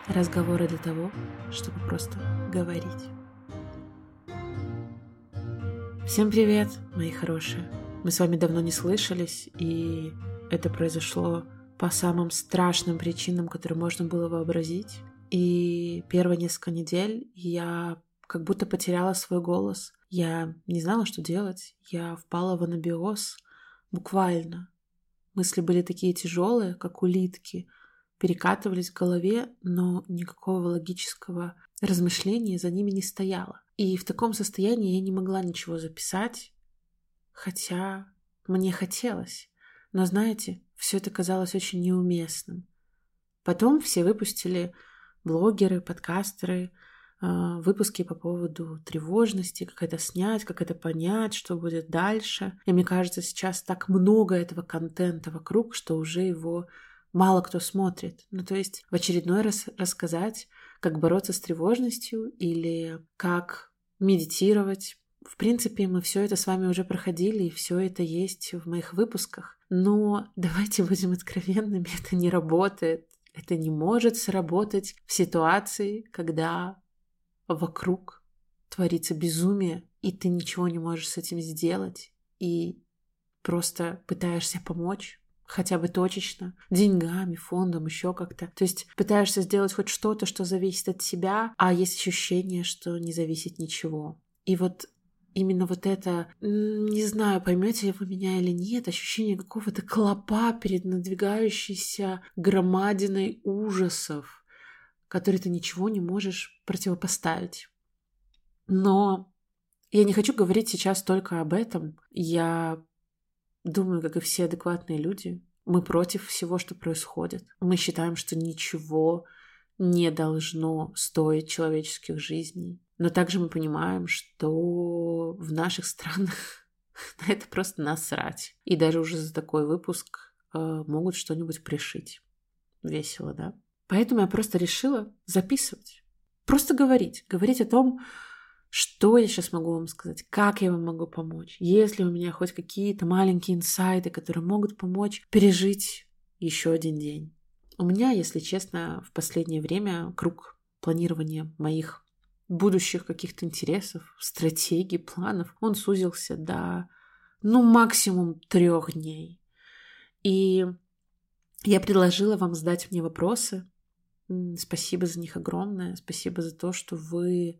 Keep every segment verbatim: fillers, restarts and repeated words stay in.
Разговоры для того, чтобы просто говорить. Всем привет, мои хорошие. Мы с вами давно не слышались, и это произошло по самым страшным причинам, которые можно было вообразить. И первые несколько недель я как будто потеряла свой голос. Я не знала, что делать. Я впала в анабиоз. Буквально. Мысли были такие тяжелые, как улитки, перекатывались в голове, но никакого логического размышления за ними не стояло. И в таком состоянии я не могла ничего записать, хотя мне хотелось. Но, знаете, все это казалось очень неуместным. Потом все выпустили блогеры, подкастеры, выпуски по поводу тревожности, как это снять, как это понять, что будет дальше. И мне кажется, сейчас так много этого контента вокруг, что уже его мало кто смотрит. Ну, то есть в очередной раз рассказать, как бороться с тревожностью или как медитировать. В принципе, мы все это с вами уже проходили, и все это есть в моих выпусках. Но давайте будем откровенными, это не работает. Это не может сработать в ситуации, когда вокруг творится безумие, и ты ничего не можешь с этим сделать, и просто пытаешься помочь, хотя бы точечно, деньгами, фондом, еще как-то. То есть пытаешься сделать хоть что-то, что зависит от тебя, а есть ощущение, что не зависит ничего. И вот именно вот это, не знаю, поймете ли вы меня или нет, ощущение какого-то клопа перед надвигающейся громадиной ужасов, который ты ничего не можешь противопоставить. Но я не хочу говорить сейчас только об этом. Я думаю, как и все адекватные люди, мы против всего, что происходит. Мы считаем, что ничего не должно стоить человеческих жизней. Но также мы понимаем, что в наших странах на это просто насрать. И даже уже за такой выпуск э, могут что-нибудь пришить. Весело, да? Поэтому я просто решила записывать. Просто говорить. Говорить о том, что я сейчас могу вам сказать, как я вам могу помочь. Есть ли у меня хоть какие-то маленькие инсайты, которые могут помочь пережить еще один день. У меня, если честно, в последнее время круг планирования моих будущих каких-то интересов, стратегий, планов, он сузился до, ну, максимум трех дней. И я предложила вам задать мне вопросы. Спасибо за них огромное. Спасибо за то, что вы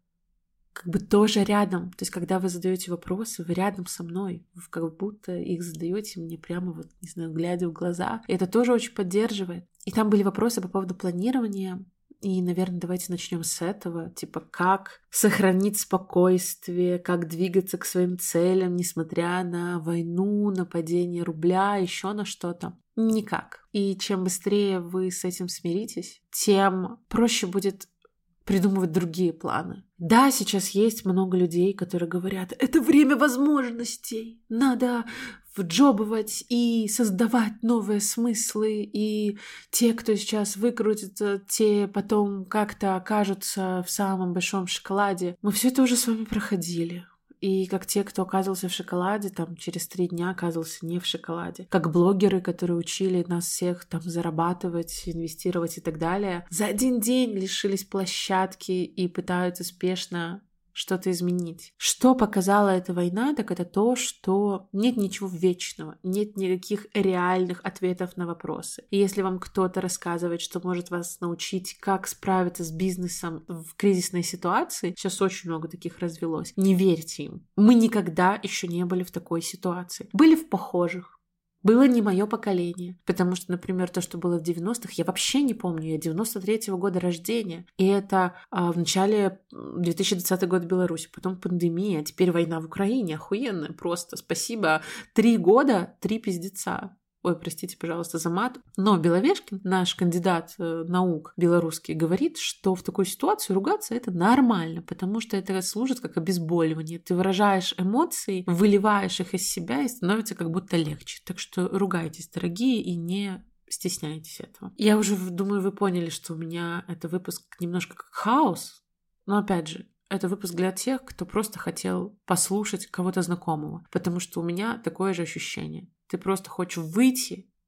как бы тоже рядом. То есть, когда вы задаете вопросы, вы рядом со мной. Вы как будто их задаете мне прямо вот, не знаю, глядя в глаза. И это тоже очень поддерживает. И там были вопросы по поводу планирования. И, наверное, давайте начнем с этого. Типа, как сохранить спокойствие, как двигаться к своим целям, несмотря на войну, на падение рубля, еще на что-то. Никак. И чем быстрее вы с этим смиритесь, тем проще будет придумывать другие планы. Да, сейчас есть много людей, которые говорят, это время возможностей, надо вджобывать и создавать новые смыслы, и те, кто сейчас выкрутится, те потом как-то окажутся в самом большом шоколаде. Мы все это уже с вами проходили. И как те, кто оказывался в шоколаде, там через три дня оказывался не в шоколаде. Как блогеры, которые учили нас всех там зарабатывать, инвестировать и так далее. За один день лишились площадки и пытаются спешно что-то изменить. Что показала эта война, так это то, что нет ничего вечного, нет никаких реальных ответов на вопросы. И если вам кто-то рассказывает, что может вас научить, как справиться с бизнесом в кризисной ситуации, сейчас очень много таких развелось, не верьте им. Мы никогда еще не были в такой ситуации. Были в похожих. Было не мое поколение, потому что, например, то, что было в девяностых, я вообще не помню, я девяносто третьего года рождения, и это а, в начале две тысячи двадцатого года в Беларуси, потом пандемия, а теперь война в Украине, охуенная просто, спасибо, три года, три пиздеца. Ой, простите, пожалуйста, за мат. Но Беловешкин, наш кандидат наук белорусский, говорит, что в такой ситуации ругаться это нормально, потому что это служит как обезболивание. Ты выражаешь эмоции, выливаешь их из себя, и становится как будто легче. Так что ругайтесь, дорогие, и не стесняйтесь этого. Я уже думаю, вы поняли, что у меня это выпуск немножко как хаос, но опять же, это выпуск для тех, кто просто хотел послушать кого-то знакомого, потому что у меня такое же ощущение. Ты просто хочешь выйти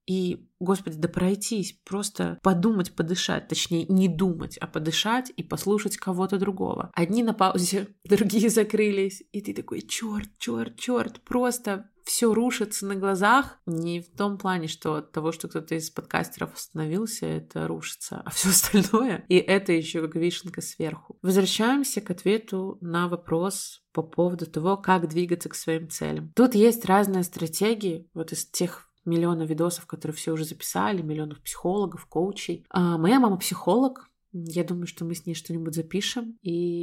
И, господи, да пройтись, просто подумать, подышать, точнее, не думать, а подышать и послушать кого-то другого. Одни на паузе, другие закрылись, и ты такой, черт, черт, черт, просто все рушится на глазах. Не в том плане, что от того, что кто-то из подкастеров остановился, это рушится, а все остальное, и это еще как вишенка сверху. Возвращаемся к ответу на вопрос по поводу того, как двигаться к своим целям. Тут есть разные стратегии, вот из тех миллиона видосов, которые все уже записали, миллионов психологов, коучей. А моя мама психолог. Я думаю, что мы с ней что-нибудь запишем.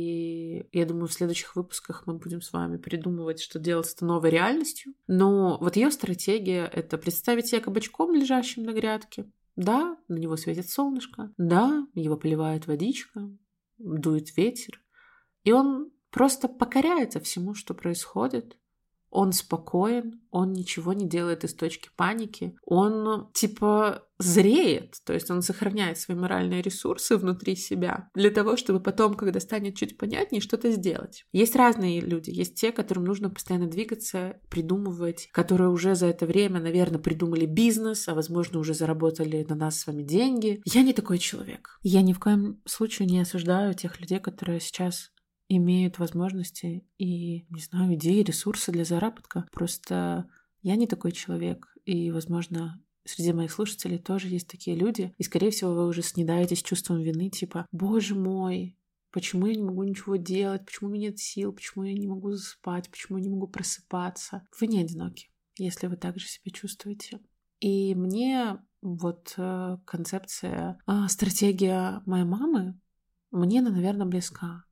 И я думаю, в следующих выпусках мы будем с вами придумывать, что делать с новой реальностью. Но вот ее стратегия — это представить себя кабачком, лежащим на грядке. Да, на него светит солнышко. Да, его поливает водичка, дует ветер. И он просто покоряется всему, что происходит. Он спокоен, он ничего не делает из точки паники, он типа зреет, то есть он сохраняет свои моральные ресурсы внутри себя для того, чтобы потом, когда станет чуть понятнее, что-то сделать. Есть разные люди, есть те, которым нужно постоянно двигаться, придумывать, которые уже за это время, наверное, придумали бизнес, а возможно уже заработали на нас с вами деньги. Я не такой человек. Я ни в коем случае не осуждаю тех людей, которые сейчас имеют возможности и, не знаю, идеи, ресурсы для заработка. Просто я не такой человек. И, возможно, среди моих слушателей тоже есть такие люди. И, скорее всего, вы уже снедаетесь чувством вины, типа, боже мой, почему я не могу ничего делать, почему у меня нет сил, почему я не могу засыпать, почему я не могу просыпаться. Вы не одиноки, если вы также себя чувствуете. И мне вот э, концепция, э, стратегия моей мамы, мне она, наверное, близка.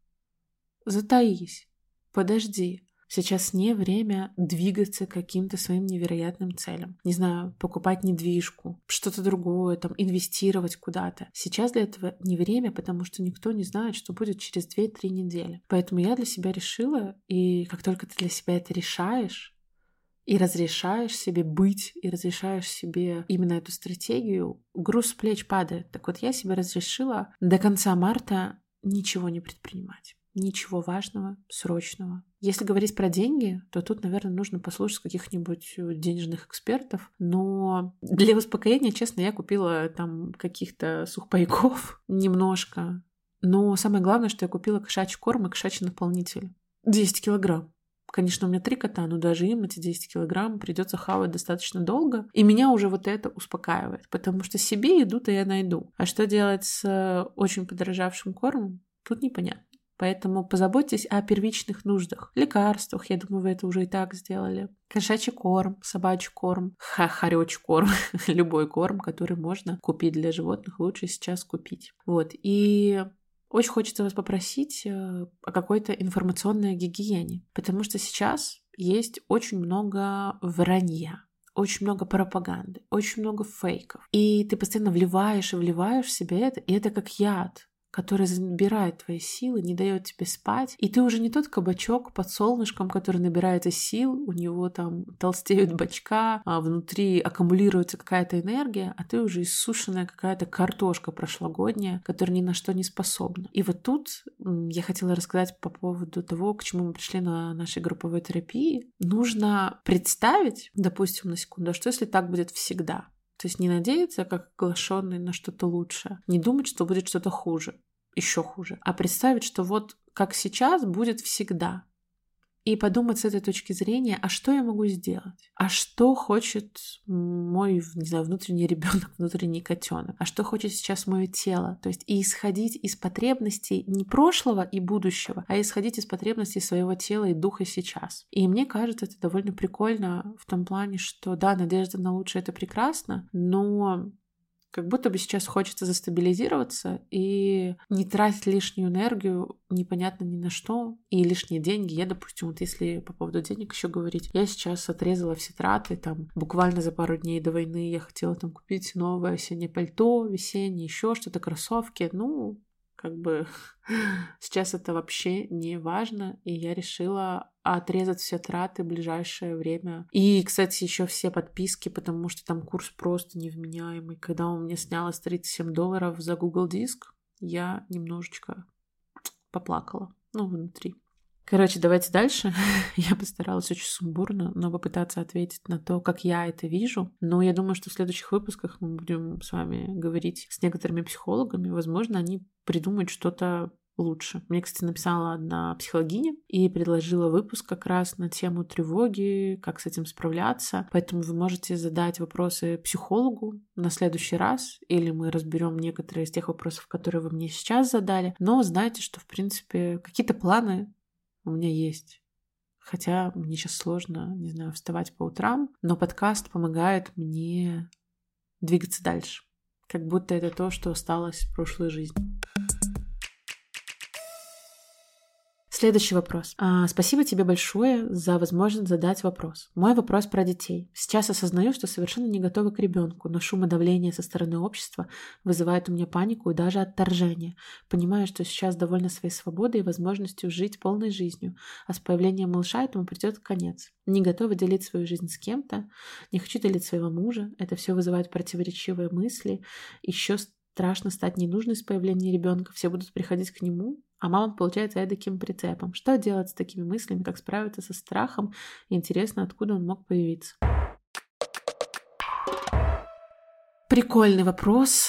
Затаись, подожди. Сейчас не время двигаться к каким-то своим невероятным целям. Не знаю, покупать недвижку, что-то другое, там, инвестировать куда-то. Сейчас для этого не время, потому что никто не знает, что будет через две-три недели. Поэтому я для себя решила, и как только ты для себя это решаешь, и разрешаешь себе быть, и разрешаешь себе именно эту стратегию, груз с плеч падает. Так вот, я себе разрешила до конца марта ничего не предпринимать. Ничего важного, срочного. Если говорить про деньги, то тут, наверное, нужно послушать каких-нибудь денежных экспертов. Но для успокоения, честно, я купила там каких-то сухпайков немножко. Но самое главное, что я купила кошачий корм и кошачий наполнитель. десять килограмм. Конечно, у меня три кота, но даже им эти десять килограмм придется хавать достаточно долго. И меня уже вот это успокаивает, потому что себе еду-то я найду. А что делать с очень подорожавшим кормом, тут непонятно. Поэтому позаботьтесь о первичных нуждах. Лекарствах, я думаю, вы это уже и так сделали. Кошачий корм, собачий корм, хахарёчий корм. Любой корм, который можно купить для животных, лучше сейчас купить. Вот. И очень хочется вас попросить о какой-то информационной гигиене. Потому что сейчас есть очень много вранья. Очень много пропаганды, очень много фейков. И ты постоянно вливаешь и вливаешь в себя это, и это как яд, который забирает твои силы, не дает тебе спать. И ты уже не тот кабачок под солнышком, который набирается сил, у него там толстеют бочка, а внутри аккумулируется какая-то энергия, а ты уже иссушенная какая-то картошка прошлогодняя, которая ни на что не способна. И вот тут я хотела рассказать по поводу того, к чему мы пришли на нашей групповой терапии. Нужно представить, допустим, на секунду, что если так будет всегда? То есть не надеяться, как оглашенный, на что-то лучшее. Не думать, что будет что-то хуже, еще хуже. А представить, что вот как сейчас будет всегда. И подумать с этой точки зрения, а что я могу сделать? А что хочет мой, не знаю, внутренний ребенок, внутренний котенок? А что хочет сейчас мое тело? То есть и исходить из потребностей не прошлого и будущего, а исходить из потребностей своего тела и духа сейчас. И мне кажется, это довольно прикольно в том плане, что да, надежда на лучшее — это прекрасно, но как будто бы сейчас хочется застабилизироваться и не тратить лишнюю энергию непонятно ни на что и лишние деньги. Я, допустим, вот если по поводу денег еще говорить, я сейчас отрезала все траты, там буквально за пару дней до войны я хотела там купить новое осеннее пальто, весеннее, еще что-то, кроссовки, ну, как бы сейчас это вообще не важно, и я решила отрезать все траты в ближайшее время. И, кстати, еще все подписки, потому что там курс просто невменяемый. Когда у меня снялось тридцать семь долларов за Google Диск, я немножечко поплакала, ну, внутри. Короче, давайте дальше. Я постаралась очень сумбурно, но попытаться ответить на то, как я это вижу. Но я думаю, что в следующих выпусках мы будем с вами говорить с некоторыми психологами. Возможно, они придумают что-то лучше. Мне, кстати, написала одна психологиня и предложила выпуск как раз на тему тревоги, как с этим справляться. Поэтому вы можете задать вопросы психологу на следующий раз, или мы разберем некоторые из тех вопросов, которые вы мне сейчас задали. Но знайте, что, в принципе, какие-то планы у меня есть. Хотя мне сейчас сложно, не знаю, вставать по утрам, но подкаст помогает мне двигаться дальше. Как будто это то, что осталось в прошлой жизни. Следующий вопрос. А, спасибо тебе большое за возможность задать вопрос. Мой вопрос про детей. Сейчас осознаю, что совершенно не готова к ребенку, но шумодавление со стороны общества вызывает у меня панику и даже отторжение. Понимаю, что сейчас довольна своей свободой и возможностью жить полной жизнью, а с появлением малыша этому придет конец. Не готова делить свою жизнь с кем-то, не хочу делить своего мужа. Это все вызывает противоречивые мысли. Еще страшно стать ненужной с появлением ребенка. Все будут приходить к нему, а мама получается эдаким прицепом. Что делать с такими мыслями, как справиться со страхом? И интересно, откуда он мог появиться? Прикольный вопрос.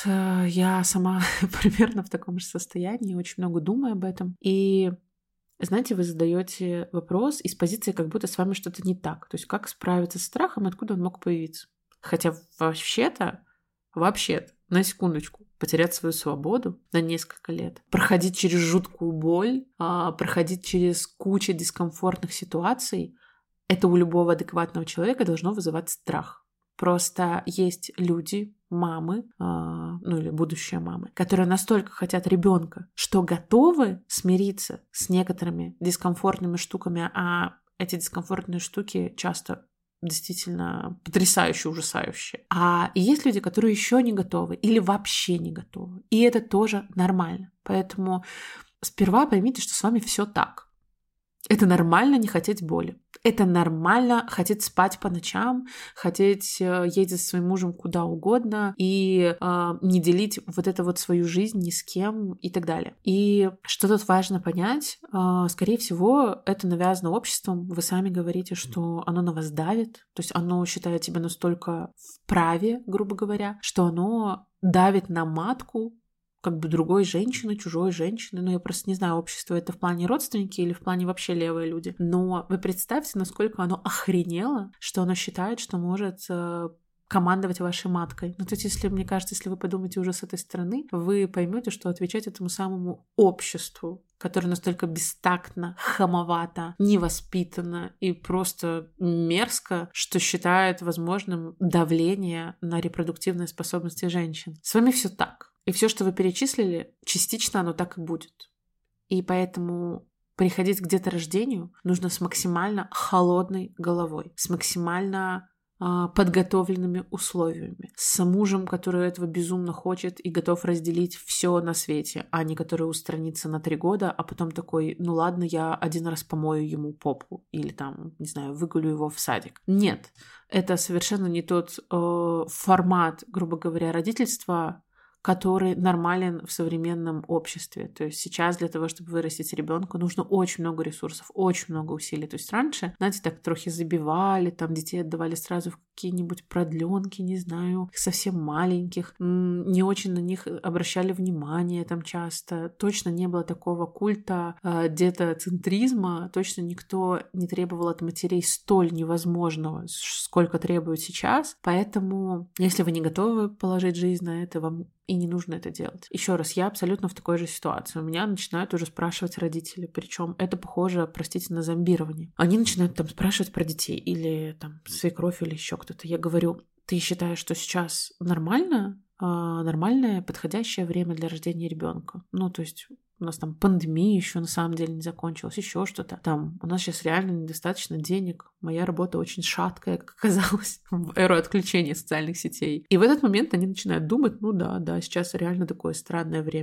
Я сама примерно в таком же состоянии, очень много думаю об этом. И знаете, вы задаете вопрос из позиции, как будто с вами что-то не так. То есть как справиться с страхом, откуда он мог появиться? Хотя вообще-то, вообще-то, на секундочку, потерять свою свободу на несколько лет, проходить через жуткую боль, проходить через кучу дискомфортных ситуаций, это у любого адекватного человека должно вызывать страх. Просто есть люди, мамы, ну или будущие мамы, которые настолько хотят ребенка, что готовы смириться с некоторыми дискомфортными штуками, а эти дискомфортные штуки часто действительно потрясающе, ужасающе. А есть люди, которые еще не готовы или вообще не готовы. И это тоже нормально. Поэтому сперва поймите, что с вами все так. Это нормально не хотеть боли. Это нормально хотеть спать по ночам, хотеть ездить со своим мужем куда угодно и э, не делить вот эту вот свою жизнь ни с кем и так далее. И что тут важно понять, э, скорее всего, это навязано обществом. Вы сами говорите, что оно на вас давит, то есть оно считает себя настолько вправе, грубо говоря, что оно давит на матку, как бы другой женщины, чужой женщины. Ну, я просто не знаю, общество это в плане родственники или в плане вообще левые люди. Но вы представьте, насколько оно охренело, что оно считает, что может э, командовать вашей маткой. Ну, то есть, если, мне кажется, если вы подумаете уже с этой стороны, вы поймете, что отвечать этому самому обществу, которое настолько бестактно, хамовато, невоспитанно и просто мерзко, что считает возможным давление на репродуктивные способности женщин. С вами все так. И все, что вы перечислили, частично оно так и будет. И поэтому приходить к деторождению нужно с максимально холодной головой, с максимально э, подготовленными условиями, с мужем, который этого безумно хочет и готов разделить все на свете, а не который устранится на три года, а потом такой, ну ладно, я один раз помою ему попу или там, не знаю, выгулю его в садик. Нет, это совершенно не тот э, формат, грубо говоря, родительства, который нормален в современном обществе. То есть сейчас для того, чтобы вырастить ребенка, нужно очень много ресурсов, очень много усилий. То есть раньше, знаете, так трохи забивали, там детей отдавали сразу в какие-нибудь продленки, не знаю, совсем маленьких, не очень на них обращали внимание там часто. Точно не было такого культа э, детоцентризма, точно никто не требовал от матерей столь невозможного, сколько требует сейчас. Поэтому, если вы не готовы положить жизнь на это, вам и не нужно это делать. Еще раз, я абсолютно в такой же ситуации. У меня начинают уже спрашивать родители, причем это похоже, простите, на зомбирование. Они начинают там спрашивать про детей или там свекровь или еще кто-то. Я говорю, ты считаешь, что сейчас нормально, а, нормальное, подходящее время для рождения ребенка? Ну, то есть у нас там пандемия еще на самом деле не закончилась, еще что-то. Там у нас сейчас реально недостаточно денег. Моя работа очень шаткая, как оказалось, в эру отключения социальных сетей. И в этот момент они начинают думать, ну да, да, сейчас реально такое странное время.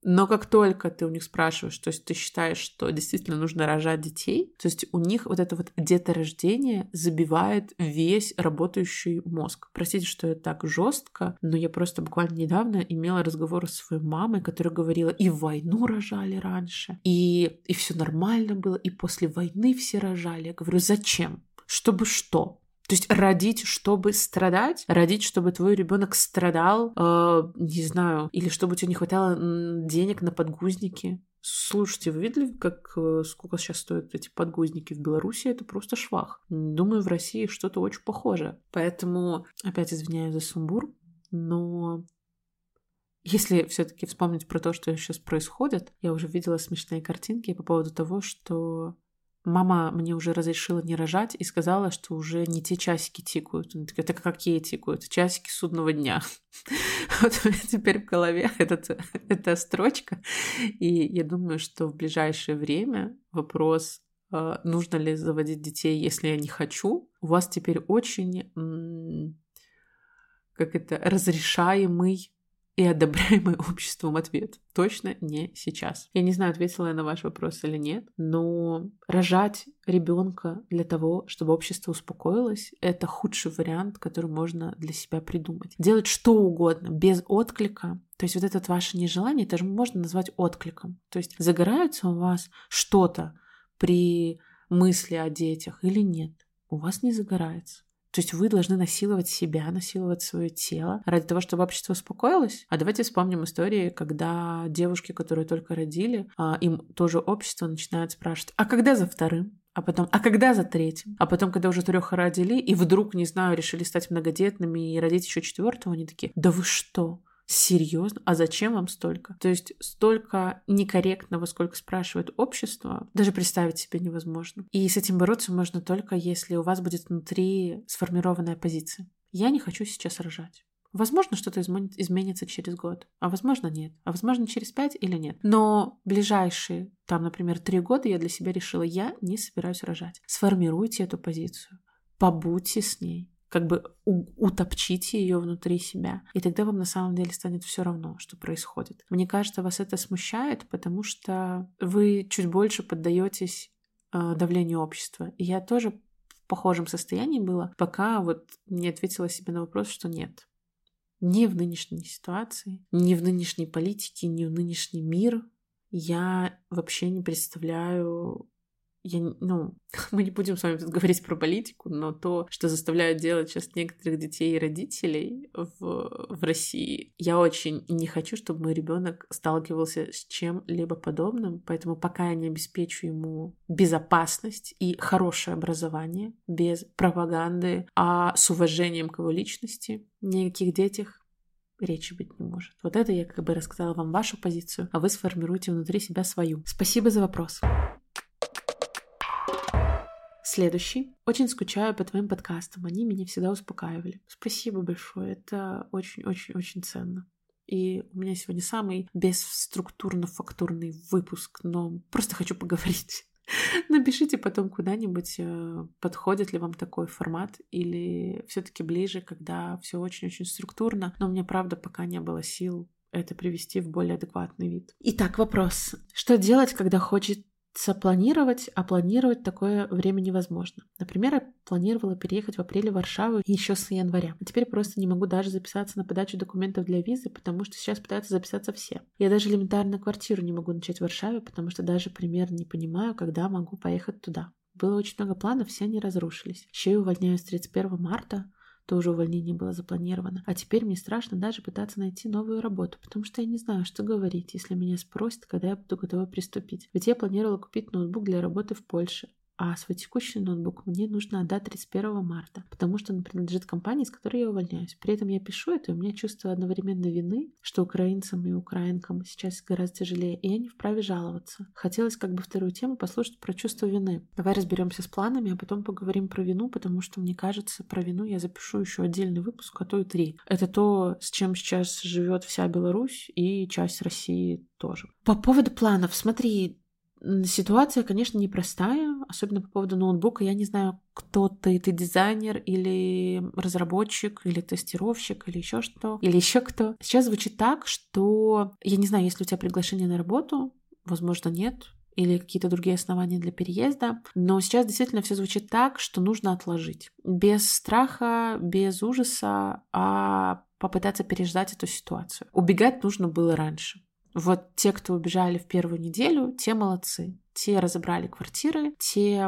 Но как только ты у них спрашиваешь, то есть ты считаешь, что действительно нужно рожать детей, то есть у них вот это вот деторождение забивает весь работающий мозг. Простите, что я так жестко, но я просто буквально недавно имела разговор с своей мамой, которая говорила, и в войну рожали раньше, и, и все нормально было, и после войны все рожали. Я говорю, зачем? Чтобы что? То есть родить, чтобы страдать, родить, чтобы твой ребенок страдал, э, не знаю, или чтобы у тебя не хватало денег на подгузники. Слушайте, вы видели, как э, сколько сейчас стоят эти подгузники в Беларуси? Это просто швах. Думаю, в России что-то очень похожее. Поэтому, опять извиняюсь за сумбур, но если все-таки вспомнить про то, что сейчас происходит, я уже видела смешные картинки по поводу того, что мама мне уже разрешила не рожать и сказала, что уже не те часики тикают. Она такая, это какие тикают? Часики судного дня. Вот у меня теперь в голове этот, эта строчка. И я думаю, что в ближайшее время вопрос, нужно ли заводить детей, если я не хочу, у вас теперь очень, как это, разрешаемый и одобряемый обществом ответ. Точно не сейчас. Я не знаю, ответила я на ваш вопрос или нет, но рожать ребенка для того, чтобы общество успокоилось, это худший вариант, который можно для себя придумать. Делать что угодно без отклика. То есть вот это ваше нежелание, это же можно назвать откликом. То есть загорается у вас что-то при мысли о детях или нет? У вас не загорается. То есть вы должны насиловать себя, насиловать свое тело ради того, чтобы общество успокоилось. А давайте вспомним истории, когда девушки, которые только родили, им тоже общество начинает спрашивать, а когда за вторым? А потом, а когда за третьим? А потом, когда уже трех родили, и вдруг, не знаю, решили стать многодетными и родить еще четвертого, они такие, да вы что? Серьезно? А зачем вам столько? То есть столько некорректного, сколько спрашивает общество, даже представить себе невозможно. И с этим бороться можно только, если у вас будет внутри сформированная позиция. Я не хочу сейчас рожать. Возможно, что-то изменится через год, а возможно, нет. А возможно, через пять или нет. Но ближайшие, там, например, три года я для себя решила, я не собираюсь рожать. Сформируйте эту позицию, побудьте с ней. Как бы утопчите ее внутри себя. И тогда вам на самом деле станет все равно, что происходит. Мне кажется, вас это смущает, потому что вы чуть больше поддаетесь э, давлению общества. И я тоже в похожем состоянии была, пока вот не ответила себе на вопрос, что нет. Ни в нынешней ситуации, ни в нынешней политике, ни в нынешний мир я вообще не представляю. Я, ну, мы не будем с вами тут говорить про политику, но то, что заставляют делать сейчас некоторых детей и родителей в, в России, я очень не хочу, чтобы мой ребенок сталкивался с чем-либо подобным, поэтому пока я не обеспечу ему безопасность и хорошее образование без пропаганды, а с уважением к его личности, ни о каких детях речи быть не может. Вот это я как бы рассказала вам вашу позицию, а вы сформируете внутри себя свою. Спасибо за вопрос. Следующий. Очень скучаю по твоим подкастам. Они меня всегда успокаивали. Спасибо большое. Это очень-очень-очень ценно. И у меня сегодня самый бесструктурно-фактурный выпуск, но просто хочу поговорить. Напишите потом куда-нибудь, подходит ли вам такой формат или все-таки ближе, когда все очень-очень структурно. Но у меня, правда, пока не было сил это привести в более адекватный вид. Итак, вопрос. Что делать, когда хочет планировать, а планировать такое время невозможно. Например, я планировала переехать в апреле в Варшаву еще с января. А теперь просто не могу даже записаться на подачу документов для визы, потому что сейчас пытаются записаться все. Я даже элементарно квартиру не могу начать в Варшаве, потому что даже примерно не понимаю, когда могу поехать туда. Было очень много планов, все они разрушились. Еще и увольняюсь тридцать первого марта. Тоже увольнение было запланировано. А теперь мне страшно даже пытаться найти новую работу, потому что я не знаю, что говорить, если меня спросят, когда я буду готова приступить. Ведь я планировала купить ноутбук для работы в Польше. А свой текущий ноутбук мне нужно отдать тридцать первого марта, потому что он принадлежит компании, с которой я увольняюсь. При этом я пишу это, и у меня чувство одновременно вины, что украинцам и украинкам сейчас гораздо тяжелее, и я не вправе жаловаться. Хотелось как бы вторую тему послушать про чувство вины. Давай разберемся с планами, а потом поговорим про вину, потому что, мне кажется, про вину я запишу еще отдельный выпуск, а то и три. Это то, с чем сейчас живет вся Беларусь и часть России тоже. По поводу планов, смотри, Ситуация, конечно, непростая, особенно по поводу ноутбука. Я не знаю, кто ты, ты дизайнер или разработчик, или тестировщик, или еще что, или еще кто. Сейчас звучит так, что, я не знаю, если у тебя приглашение на работу, возможно, нет, или какие-то другие основания для переезда, но сейчас действительно все звучит так, что нужно отложить. Без страха, без ужаса, а попытаться переждать эту ситуацию. Убегать нужно было раньше. Вот те, кто убежали в первую неделю, те молодцы. Те разобрали квартиры, те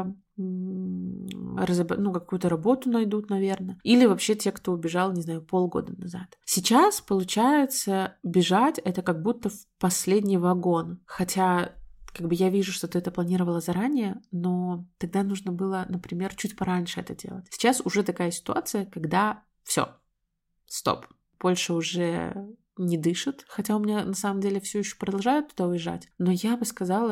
разоб... ну, какую-то работу найдут, наверное. Или вообще те, кто убежал, не знаю, полгода назад. Сейчас, получается, бежать — это как будто в последний вагон. Хотя как бы я вижу, что ты это планировала заранее, но тогда нужно было, например, чуть пораньше это делать. Сейчас уже такая ситуация, когда все, стоп. Польша уже не дышит, хотя у меня на самом деле все еще продолжают туда уезжать. Но я бы сказала,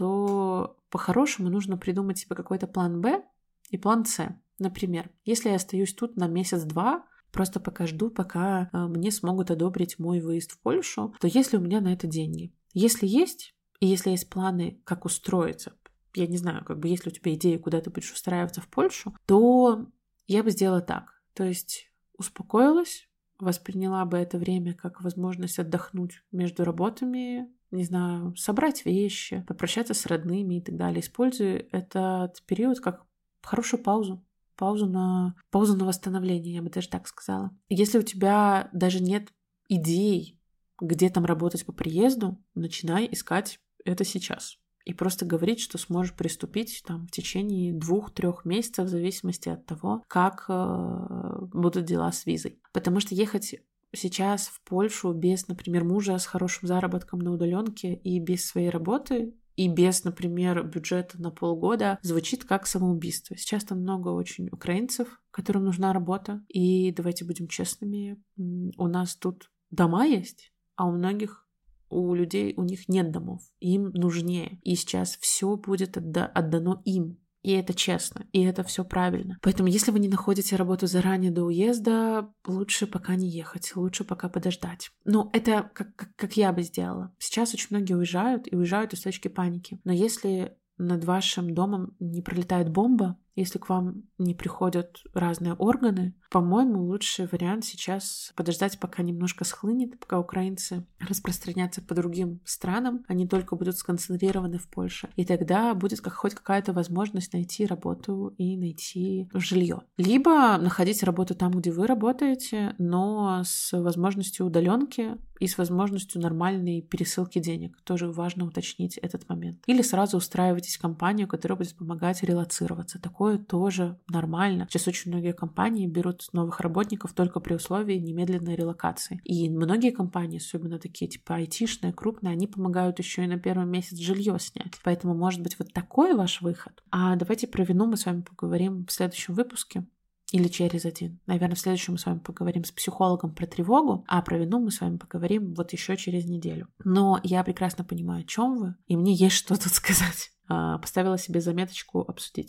что по-хорошему нужно придумать себе какой-то план Б и план С. Например, если я остаюсь тут на месяц-два, просто пока жду, пока мне смогут одобрить мой выезд в Польшу, то есть ли у меня на это деньги? Если есть, и если есть планы, как устроиться, я не знаю, как бы если у тебя идея, куда ты будешь устраиваться в Польшу, то я бы сделала так. То есть успокоилась, восприняла бы это время как возможность отдохнуть между работами, не знаю, собрать вещи, попрощаться с родными и так далее. Используй этот период как хорошую паузу. Паузу на, паузу на восстановление, я бы даже так сказала. Если у тебя даже нет идей, где там работать по приезду, начинай искать это сейчас. И просто говорить, что сможешь приступить там в течение двух-трех месяцев в зависимости от того, как э, будут дела с визой. Потому что ехать сейчас в Польшу без, например, мужа с хорошим заработком на удаленке и без своей работы, и без, например, бюджета на полгода звучит как самоубийство. Сейчас там много очень украинцев, которым нужна работа. И давайте будем честными, у нас тут дома есть, а у многих у людей, у них нет домов, им нужнее. И сейчас все будет отда- отдано им. И это честно, и это все правильно. Поэтому, если вы не находите работу заранее до уезда, лучше пока не ехать, лучше пока подождать. Ну, это как, как, как я бы сделала. Сейчас очень многие уезжают, и уезжают из точки паники. Но если над вашим домом не пролетает бомба, если к вам не приходят разные органы, по-моему, лучший вариант сейчас подождать, пока немножко схлынет, пока украинцы распространятся по другим странам, они только будут сконцентрированы в Польше. И тогда будет как, хоть какая-то возможность найти работу и найти жилье. Либо находить работу там, где вы работаете, но с возможностью удаленки и с возможностью нормальной пересылки денег. Тоже важно уточнить этот момент. Или сразу устраивайтесь в компанию, которая будет помогать релоцироваться. Такое тоже нормально. Сейчас очень многие компании берут новых работников только при условии немедленной релокации. И многие компании, особенно такие типа айтишные, крупные, они помогают еще и на первый месяц жилье снять. Поэтому, может быть, вот такой ваш выход. А давайте про вину мы с вами поговорим в следующем выпуске. Или через один. Наверное, в следующем мы с вами поговорим с психологом про тревогу, а про вину мы с вами поговорим вот еще через неделю. Но я прекрасно понимаю, о чем вы, и мне есть что тут сказать. Поставила себе заметочку обсудить.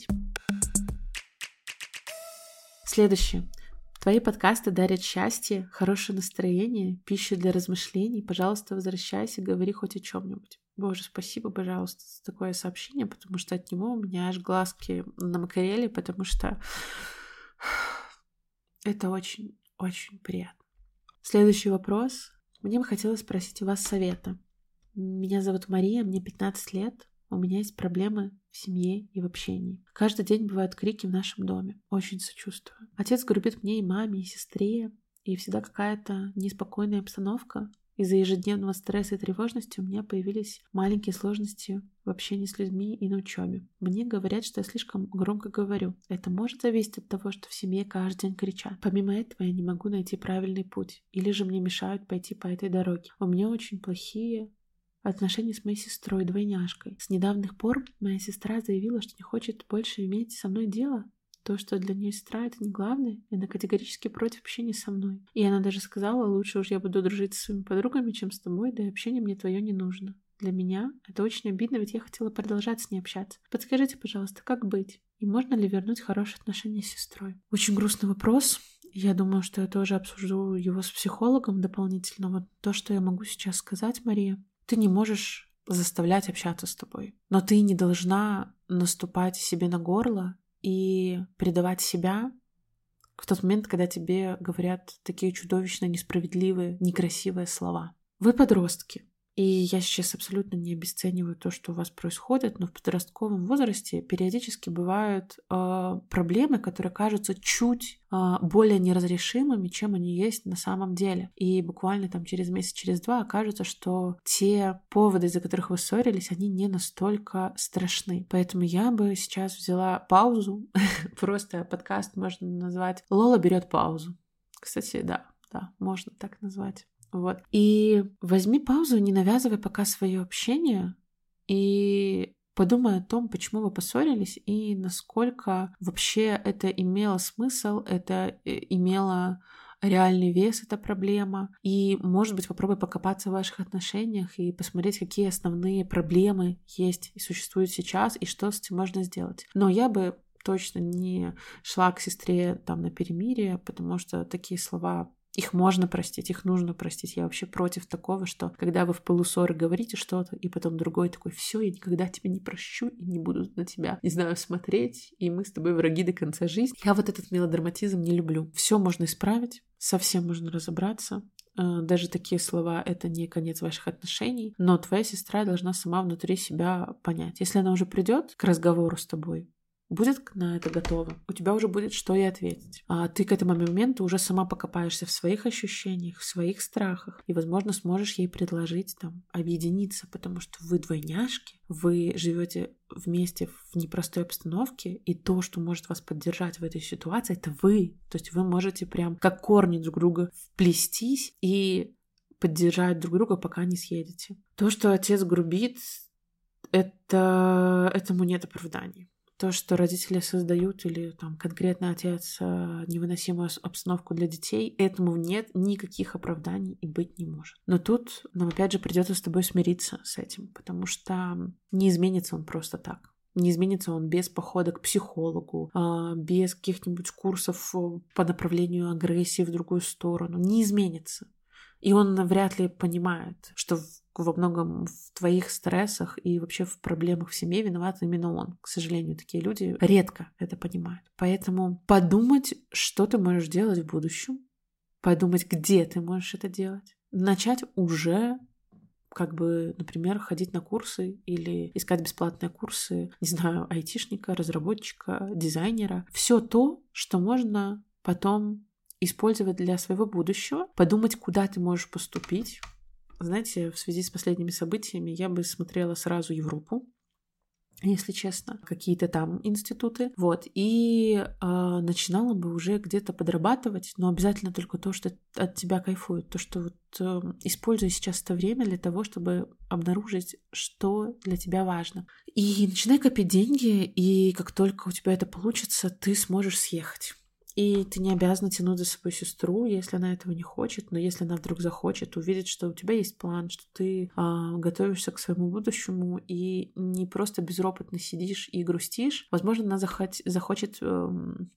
Следующее. Твои подкасты дарят счастье, хорошее настроение, пищу для размышлений. Пожалуйста, возвращайся, говори хоть о чем-нибудь. Боже, спасибо, пожалуйста, за такое сообщение, потому что от него у меня аж глазки намокрели, потому что это очень-очень приятно. Следующий вопрос. Мне бы хотелось спросить у вас совета. Меня зовут Мария, мне пятнадцать лет. У меня есть проблемы в семье и в общении. Каждый день бывают крики в нашем доме. Очень сочувствую. Отец грубит мне и маме, и сестре, и всегда какая-то неспокойная обстановка. Из-за ежедневного стресса и тревожности у меня появились маленькие сложности в общении с людьми и на учебе. Мне говорят, что я слишком громко говорю. Это может зависеть от того, что в семье каждый день кричат. Помимо этого, я не могу найти правильный путь. Или же мне мешают пойти по этой дороге. У меня очень плохие отношения с моей сестрой, двойняшкой. С недавних пор моя сестра заявила, что не хочет больше иметь со мной дело. То, что для нее сестра, это не главное, и она категорически против общения со мной. И она даже сказала, лучше уж я буду дружить с своими подругами, чем с тобой, да и общение мне твое не нужно. Для меня это очень обидно, ведь я хотела продолжать с ней общаться. Подскажите, пожалуйста, как быть? И можно ли вернуть хорошие отношения с сестрой? Очень грустный вопрос. Я думаю, что я тоже обсужу его с психологом дополнительно. Вот то, что я могу сейчас сказать, Мария. Ты не можешь заставлять общаться с тобой. Но ты не должна наступать себе на горло и предавать себя в тот момент, когда тебе говорят такие чудовищно несправедливые, некрасивые слова. Вы подростки. И я сейчас абсолютно не обесцениваю то, что у вас происходит, но в подростковом возрасте периодически бывают э, проблемы, которые кажутся чуть э, более неразрешимыми, чем они есть на самом деле. И буквально там через месяц, через два окажется, что те поводы, из-за которых вы ссорились, они не настолько страшны. Поэтому я бы сейчас взяла паузу. Просто подкаст можно назвать «Лола берет паузу». Кстати, да, да, можно так назвать. Вот. И возьми паузу, не навязывай пока свое общение, и подумай о том, почему вы поссорились, и насколько вообще это имело смысл, это имело реальный вес, эта проблема. И, может быть, попробуй покопаться в ваших отношениях и посмотреть, какие основные проблемы есть и существуют сейчас, и что с этим можно сделать. Но я бы точно не шла к сестре там на перемирие, потому что такие слова... Их можно простить, их нужно простить. Я вообще против такого, что когда вы в пылу ссоры говорите что-то, и потом другой такой: все, я никогда тебя не прощу и не буду на тебя, не знаю, смотреть, и мы с тобой враги до конца жизни. Я вот этот мелодраматизм не люблю. Все можно исправить, совсем можно разобраться. Даже такие слова — это не конец ваших отношений, но твоя сестра должна сама внутри себя понять. Если она уже придет к разговору с тобой, будет на это готова, у тебя уже будет что ей ответить. А ты к этому моменту уже сама покопаешься в своих ощущениях, в своих страхах, и, возможно, сможешь ей предложить там объединиться, потому что вы двойняшки, вы живете вместе в непростой обстановке, и то, что может вас поддержать в этой ситуации, это вы. То есть вы можете прям как корни друг друга вплестись и поддержать друг друга, пока не съедете. То, что отец грубит, это... этому нет оправданий. То, что родители создают, или там конкретно отец, невыносимую обстановку для детей, этому нет никаких оправданий и быть не может. Но тут нам опять же придется с тобой смириться с этим, потому что не изменится он просто так. Не изменится он без похода к психологу, без каких-нибудь курсов по направлению агрессии в другую сторону. Не изменится. И он вряд ли понимает, что во многом в твоих стрессах и вообще в проблемах в семье виноват именно он. К сожалению, такие люди редко это понимают. Поэтому подумать, что ты можешь делать в будущем, подумать, где ты можешь это делать, начать уже как бы, например, ходить на курсы или искать бесплатные курсы, не знаю, айтишника, разработчика, дизайнера. Все то, что можно потом использовать для своего будущего, подумать, куда ты можешь поступить. Знаете, в связи с последними событиями я бы смотрела сразу Европу, если честно, какие-то там институты, вот, и э, начинала бы уже где-то подрабатывать, но обязательно только то, что от тебя кайфует, то, что вот э, используй сейчас это время для того, чтобы обнаружить, что для тебя важно. И начинай копить деньги, и как только у тебя это получится, ты сможешь съехать. И ты не обязана тянуть за собой сестру, если она этого не хочет, но если она вдруг захочет, увидеть, что у тебя есть план, что ты а, готовишься к своему будущему и не просто безропотно сидишь и грустишь, возможно, она захот- захочет, эм,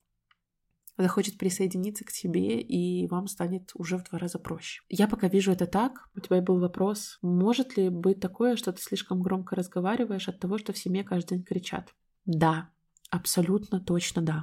захочет присоединиться к тебе, и вам станет уже в два раза проще. Я пока вижу это так. У тебя был вопрос, может ли быть такое, что ты слишком громко разговариваешь от того, что в семье каждый день кричат? Да, абсолютно точно да.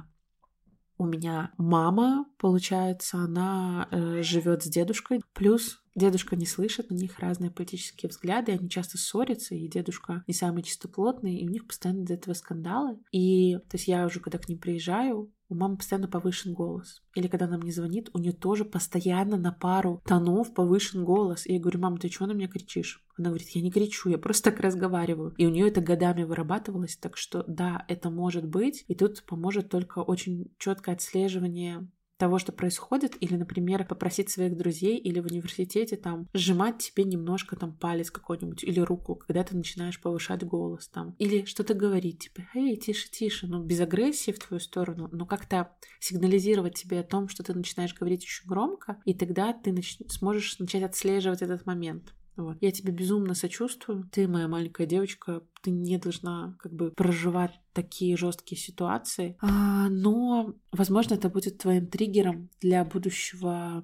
У меня мама, получается, она э, живет с дедушкой. Плюс дедушка не слышит, у них разные политические взгляды, они часто ссорятся, и дедушка не самый чистоплотный, и у них постоянно из-за этого скандалы. И то есть я уже, когда к ним приезжаю, у мамы постоянно повышен голос. Или когда она мне звонит, у нее тоже постоянно на пару тонов повышен голос. И я говорю: мам, ты чего на меня кричишь? Она говорит: я не кричу, я просто так разговариваю. И у нее это годами вырабатывалось, так что да, это может быть. И тут поможет только очень четкое отслеживание того, что происходит, или, например, попросить своих друзей или в университете там сжимать тебе немножко там палец какой-нибудь или руку, когда ты начинаешь повышать голос там, или что-то говорить тебе: эй, тише, тише, ну без агрессии в твою сторону, но как-то сигнализировать тебе о том, что ты начинаешь говорить очень громко, и тогда ты нач... сможешь начать отслеживать этот момент. Вот. Я тебе безумно сочувствую. Ты, моя маленькая девочка, ты не должна как бы проживать такие жесткие ситуации. А, но, возможно, это будет твоим триггером для будущего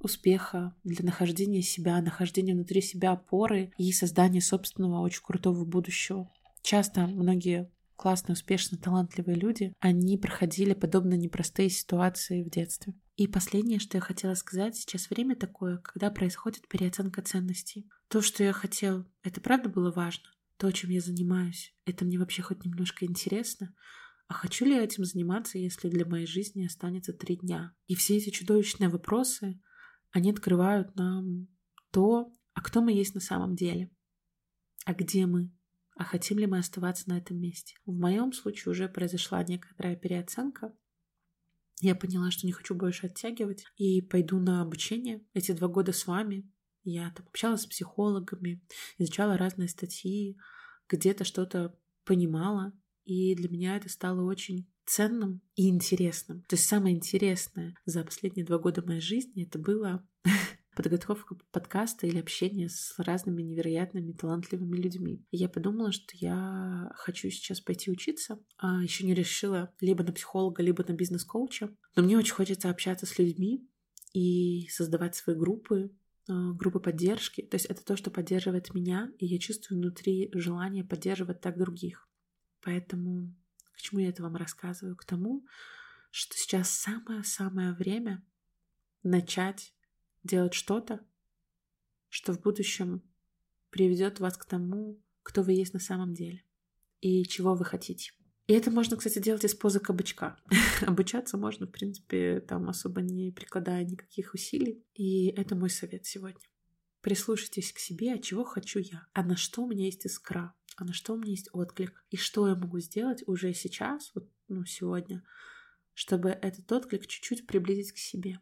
успеха, для нахождения себя, нахождения внутри себя опоры и создания собственного очень крутого будущего. Часто многие классные, успешные, талантливые люди, они проходили подобные непростые ситуации в детстве. И последнее, что я хотела сказать, сейчас время такое, когда происходит переоценка ценностей. То, что я хотел, это правда было важно? То, чем я занимаюсь, это мне вообще хоть немножко интересно? А хочу ли я этим заниматься, если для моей жизни останется три дня? И все эти чудовищные вопросы, они открывают нам то, а кто мы есть на самом деле, а где мы, а хотим ли мы оставаться на этом месте. В моем случае уже произошла некоторая переоценка. Я поняла, что не хочу больше оттягивать и пойду на обучение. Эти два года с вами я там общалась с психологами, изучала разные статьи, где-то что-то понимала, и для меня это стало очень ценным и интересным. То есть самое интересное за последние два года моей жизни это было подготовка подкаста или общение с разными невероятными талантливыми людьми. И я подумала, что я хочу сейчас пойти учиться, а еще не решила либо на психолога, либо на бизнес-коуча. Но мне очень хочется общаться с людьми и создавать свои группы, группы поддержки. То есть это то, что поддерживает меня, и я чувствую внутри желание поддерживать так других. Поэтому к чему я это вам рассказываю? К тому, что сейчас самое-самое время начать делать что-то, что в будущем приведет вас к тому, кто вы есть на самом деле и чего вы хотите. И это можно, кстати, делать из позы кабачка. Обучаться можно, в принципе, там особо не прикладая никаких усилий. И это мой совет сегодня. Прислушайтесь к себе, а чего хочу я, а на что у меня есть искра, а на что у меня есть отклик, и что я могу сделать уже сейчас, вот, ну, сегодня, чтобы этот отклик чуть-чуть приблизить к себе.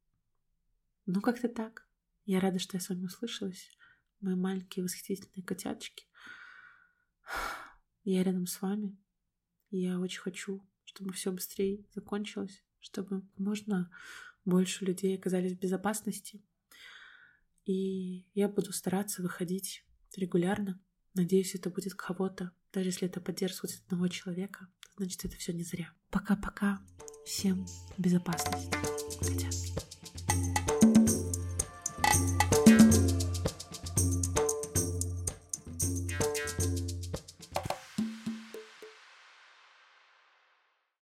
Ну, как-то так. Я рада, что я с вами услышалась. Мои маленькие восхитительные котяточки. Я рядом с вами. Я очень хочу, чтобы все быстрее закончилось, чтобы можно больше людей оказались в безопасности. И я буду стараться выходить регулярно. Надеюсь, это будет кого-то. Даже если это поддерживает одного человека, значит, это все не зря. Пока-пока. Всем безопасности, котятки.